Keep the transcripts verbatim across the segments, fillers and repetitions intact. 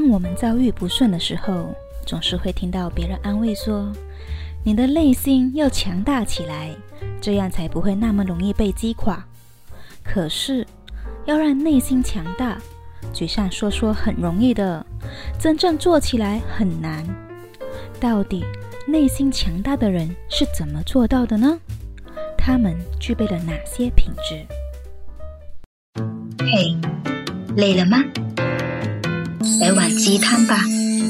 我们遭遇不顺的时候，总是会听到别人安慰说，你的内心要强大起来，这样才不会那么容易被击垮。可是要让内心强大，嘴上说说很容易的，真正做起来很难。到底内心强大的人是怎么做到的呢？他们具备了哪些品质？ 嘿，累了吗？来碗鸡汤吧。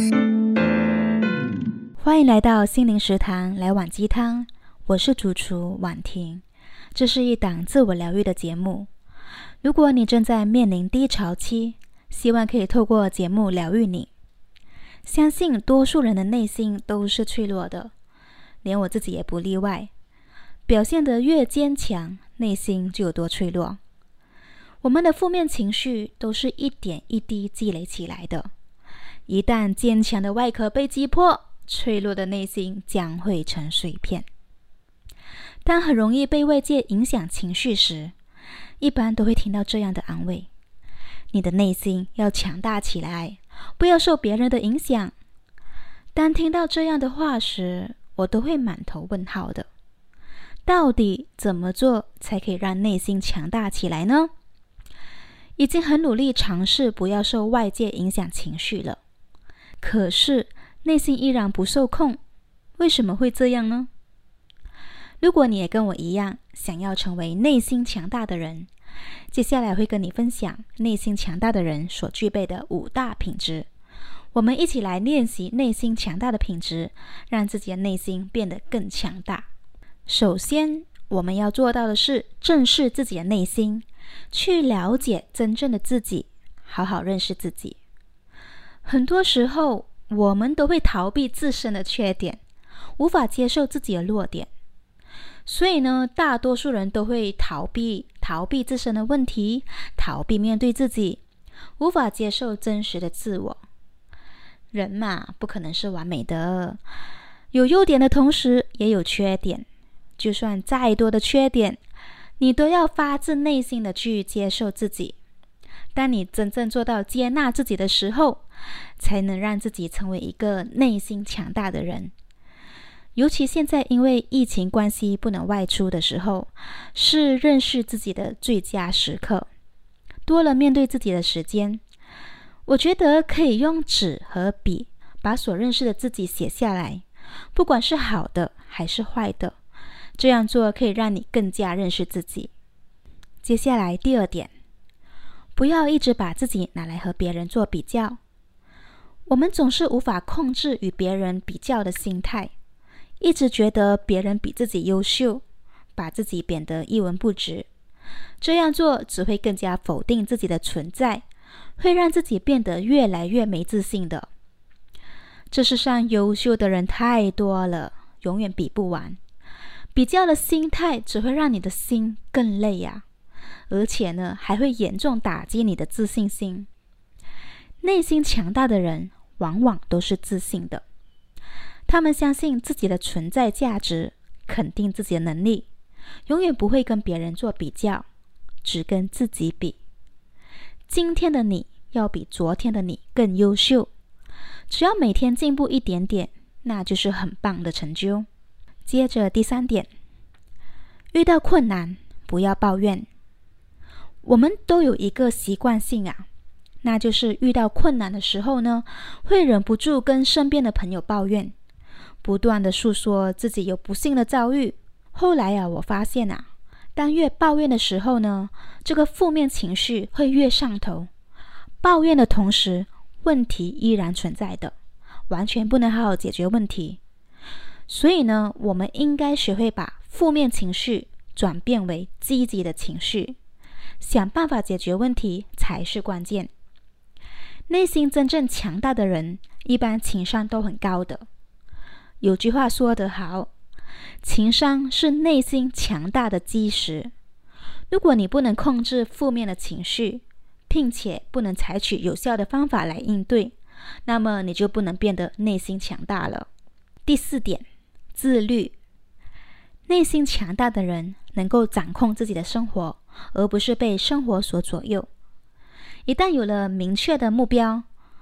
欢迎来到心灵食堂，来碗鸡汤。我是主厨婉婷，这是一档自我疗愈的节目。如果你正在面临低潮期，希望可以透过节目疗愈你。相信多数人的内心都是脆弱的，连我自己也不例外。表现得越坚强，内心就有多脆弱。我们的负面情绪都是一点一滴积累起来的，一旦坚强的外壳被击破，脆弱的内心将会成碎片。当很容易被外界影响情绪时，一般都会听到这样的安慰：你的内心要强大起来，不要受别人的影响。当听到这样的话时，我都会满头问号的。到底怎么做才可以让内心强大起来呢？已经很努力尝试不要受外界影响情绪了，可是内心依然不受控，为什么会这样呢？如果你也跟我一样想要成为内心强大的人，接下来会跟你分享内心强大的人所具备的五大品质。我们一起来练习内心强大的品质，让自己的内心变得更强大。首先，我们要做到的是正视自己的内心，去了解真正的自己，好好认识自己。很多时候，我们都会逃避自身的缺点，无法接受自己的弱点。所以呢，大多数人都会逃避逃避自身的问题，逃避面对自己，无法接受真实的自我。人嘛，不可能是完美的，有优点的同时也有缺点。就算再多的缺点，你都要发自内心的去接受自己。当你真正做到接纳自己的时候，才能让自己成为一个内心强大的人。尤其现在因为疫情关系不能外出的时候，是认识自己的最佳时刻。多了面对自己的时间，我觉得可以用纸和笔把所认识的自己写下来，不管是好的还是坏的。这样做可以让你更加认识自己。接下来第二点，不要一直把自己拿来和别人做比较。我们总是无法控制与别人比较的心态，一直觉得别人比自己优秀，把自己贬得一文不值。这样做只会更加否定自己的存在，会让自己变得越来越没自信的。这世上优秀的人太多了，永远比不完。比较的心态只会让你的心更累啊，而且呢，还会严重打击你的自信心。内心强大的人往往都是自信的，他们相信自己的存在价值，肯定自己的能力，永远不会跟别人做比较，只跟自己比。今天的你要比昨天的你更优秀，只要每天进步一点点，那就是很棒的成就。接着第三点，遇到困难不要抱怨。我们都有一个习惯性啊，那就是遇到困难的时候呢，会忍不住跟身边的朋友抱怨，不断的诉说自己有不幸的遭遇。后来啊，我发现啊，当越抱怨的时候呢，这个负面情绪会越上头。抱怨的同时，问题依然存在的，完全不能好好解决问题。所以呢，我们应该学会把负面情绪转变为积极的情绪，想办法解决问题才是关键。内心真正强大的人，一般情商都很高的。有句话说得好，情商是内心强大的基石。如果你不能控制负面的情绪，并且不能采取有效的方法来应对，那么你就不能变得内心强大了。第四点，自律。内心强大的人能够掌控自己的生活，而不是被生活所左右。一旦有了明确的目标，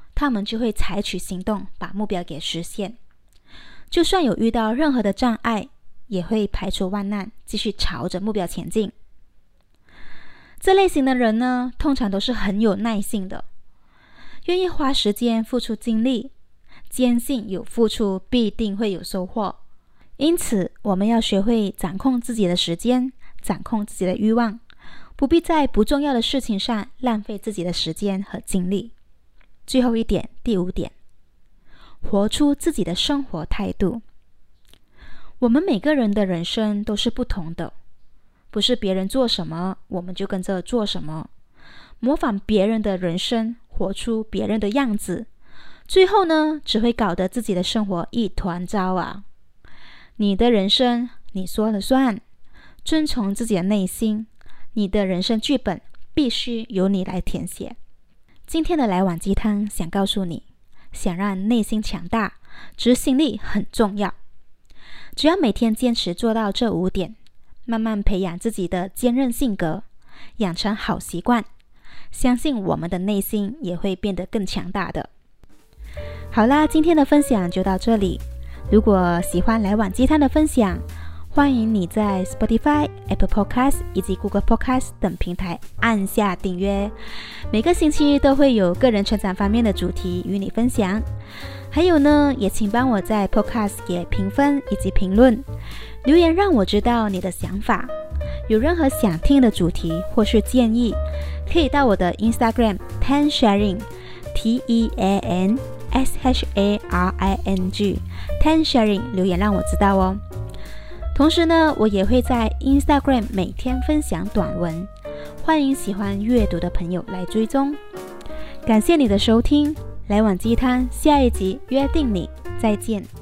他们就会采取行动，把目标给实现。就算有遇到任何的障碍，也会排除万难，继续朝着目标前进。这类型的人呢，通常都是很有耐性的，愿意花时间付出精力，坚信有付出必定会有收获。因此，我们要学会掌控自己的时间，掌控自己的欲望，不必在不重要的事情上浪费自己的时间和精力。最后一点，第五点，活出自己的生活态度。我们每个人的人生都是不同的，不是别人做什么我们就跟着做什么，模仿别人的人生，活出别人的样子，最后呢，只会搞得自己的生活一团糟啊！你的人生你说了算，遵从自己的内心，你的人生剧本必须由你来填写。今天的来碗鸡汤想告诉你，想让内心强大，执行力很重要。只要每天坚持做到这五点，慢慢培养自己的坚韧性格，养成好习惯，相信我们的内心也会变得更强大的。好啦，今天的分享就到这里。如果喜欢来碗鸡汤的分享，欢迎你在 Spotify、Apple Podcast 以及 Google Podcast 等平台按下订阅。每个星期都会有个人成长方面的主题与你分享。还有呢，也请帮我在 Podcast 给评分以及评论，留言让我知道你的想法。有任何想听的主题或是建议，可以到我的 Instagram Tan Sharing T E A N S H A R I N G Tan Sharing 留言让我知道哦。同时呢，我也会在 Instagram 每天分享短文，欢迎喜欢阅读的朋友来追踪。感谢你的收听，来碗鸡汤下一集约定你，再见。